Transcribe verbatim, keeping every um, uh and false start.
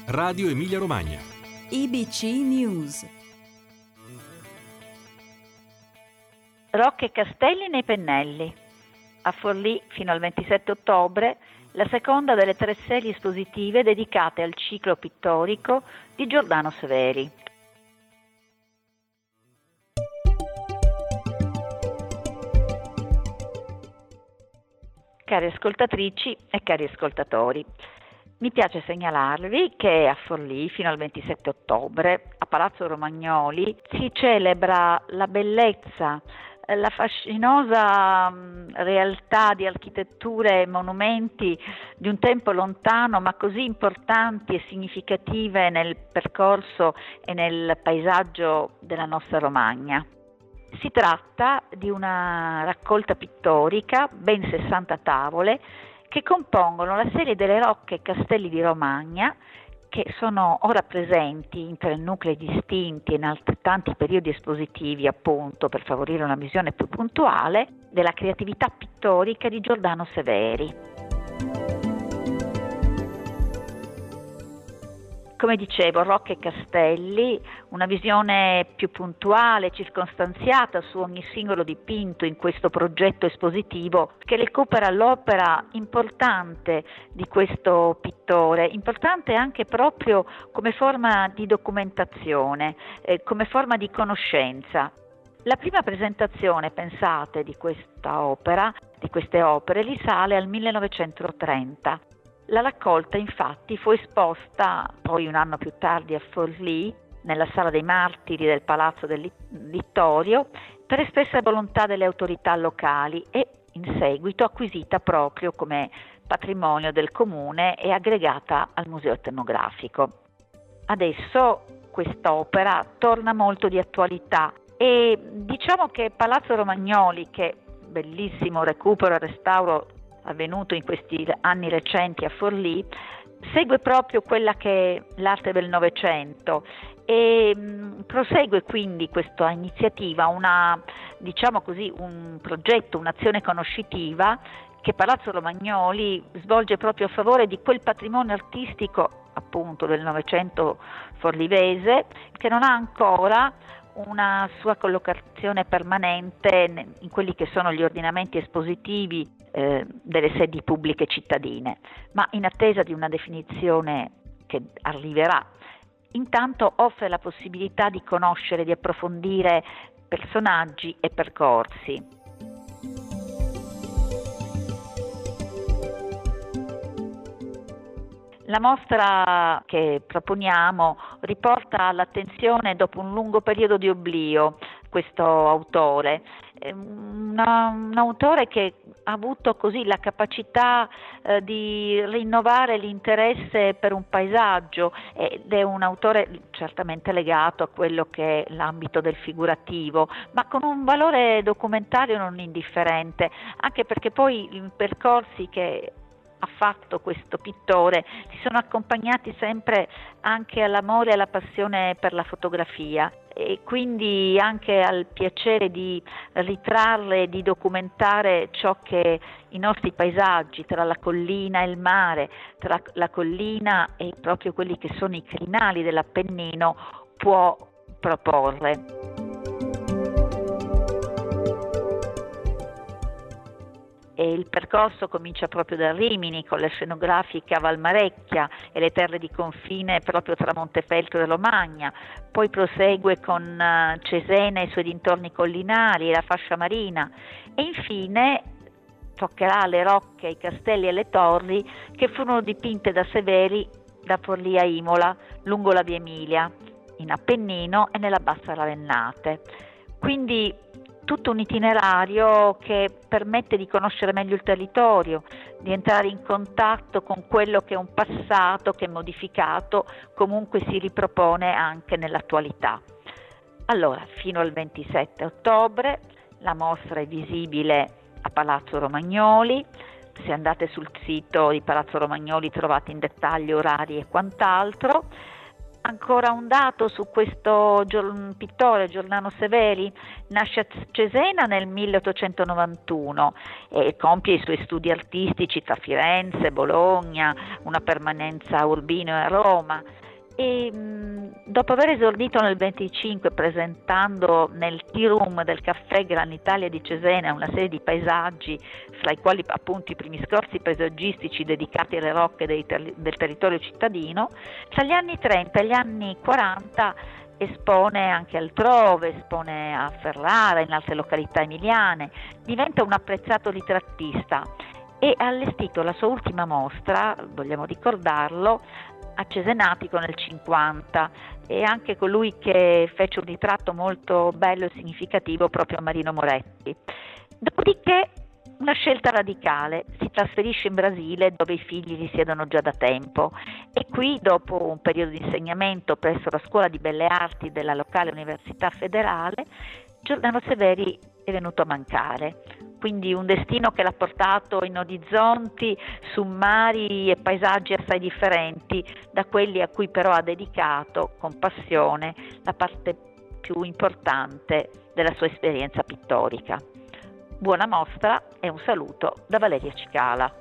Radio Emilia Romagna. I B C News. Rocche e castelli nei pennelli. A Forlì fino al ventisette ottobre la seconda delle tre serie espositive dedicate al ciclo pittorico di Giordano Severi. Cari ascoltatrici e cari ascoltatori, mi piace segnalarvi che a Forlì fino al ventisette ottobre a Palazzo Romagnoli si celebra la bellezza, la fascinosa realtà di architetture e monumenti di un tempo lontano, ma così importanti e significative nel percorso e nel paesaggio della nostra Romagna. Si tratta di una raccolta pittorica, ben sessanta tavole, che compongono la serie delle rocche e castelli di Romagna, che sono ora presenti in tre nuclei distinti e in altrettanti periodi espositivi, appunto, per favorire una visione più puntuale della creatività pittorica di Giordano Severi. Come dicevo, rocche e castelli, una visione più puntuale, circostanziata su ogni singolo dipinto in questo progetto espositivo che recupera l'opera importante di questo pittore, importante anche proprio come forma di documentazione, eh, come forma di conoscenza. La prima presentazione, pensate, di questa opera, di queste opere, risale al millenovecentotrenta. La raccolta infatti fu esposta poi un anno più tardi a Forlì, nella Sala dei Martiri del Palazzo del Littorio, per espressa volontà delle autorità locali e in seguito acquisita proprio come patrimonio del comune e aggregata al Museo Etnografico. Adesso quest'opera torna molto di attualità e diciamo che Palazzo Romagnoli, che bellissimo recupero e restauro avvenuto in questi anni recenti a Forlì, segue proprio quella che è l'arte del Novecento e mh, prosegue quindi questa iniziativa, una, diciamo così, un progetto, un'azione conoscitiva che Palazzo Romagnoli svolge proprio a favore di quel patrimonio artistico appunto del Novecento forlivese che non ha ancora una sua collocazione permanente in quelli che sono gli ordinamenti espositivi eh, delle sedi pubbliche cittadine, ma in attesa di una definizione che arriverà, intanto offre la possibilità di conoscere, di approfondire personaggi e percorsi. La mostra che proponiamo riporta all'attenzione dopo un lungo periodo di oblio questo autore, Una, un autore che ha avuto così la capacità eh, di rinnovare l'interesse per un paesaggio ed è un autore certamente legato a quello che è l'ambito del figurativo, ma con un valore documentario non indifferente, anche perché poi i percorsi che ha fatto questo pittore si sono accompagnati sempre anche all'amore e alla passione per la fotografia e quindi anche al piacere di ritrarre e di documentare ciò che i nostri paesaggi tra la collina e il mare, tra la collina e proprio quelli che sono i crinali dell'Appennino può proporre. E il percorso comincia proprio da Rimini con le scenografiche a Valmarecchia e le terre di confine proprio tra Montefeltro e Romagna, poi prosegue con Cesena e i suoi dintorni collinari e la fascia marina e infine toccherà le rocche, i castelli e le torri che furono dipinte da Severi da Forlì a Imola lungo la via Emilia, in Appennino e nella Bassa Ravennate. Quindi tutto un itinerario che permette di conoscere meglio il territorio, di entrare in contatto con quello che è un passato che modificato comunque si ripropone anche nell'attualità. Allora, fino al ventisette ottobre la mostra è visibile a Palazzo Romagnoli. Se andate sul sito di Palazzo Romagnoli trovate in dettaglio orari e quant'altro. Ancora un dato su questo gior- pittore Giordano Severi: nasce a Cesena nel milleottocentonovantuno e compie i suoi studi artistici tra Firenze, Bologna, una permanenza a Urbino e a Roma. E mh, dopo aver esordito nel venticinque presentando nel tea room del caffè Gran Italia di Cesena una serie di paesaggi, fra i quali appunto i primi scorzi paesaggistici dedicati alle rocche dei ter- del territorio cittadino, tra gli anni trenta e gli anni quaranta espone anche altrove, espone a Ferrara, in altre località emiliane, diventa un apprezzato ritrattista e ha allestito la sua ultima mostra, vogliamo ricordarlo, a Cesenatico nel cinquanta, e anche colui che fece un ritratto molto bello e significativo proprio a Marino Moretti. Dopodiché una scelta radicale: si trasferisce in Brasile, dove i figli risiedono già da tempo, e qui, dopo un periodo di insegnamento presso la Scuola di Belle Arti della locale Università Federale, Giordano Severi è venuto a mancare. Quindi un destino che l'ha portato in orizzonti su mari e paesaggi assai differenti da quelli a cui però ha dedicato con passione la parte più importante della sua esperienza pittorica. Buona mostra e un saluto da Valeria Cicala.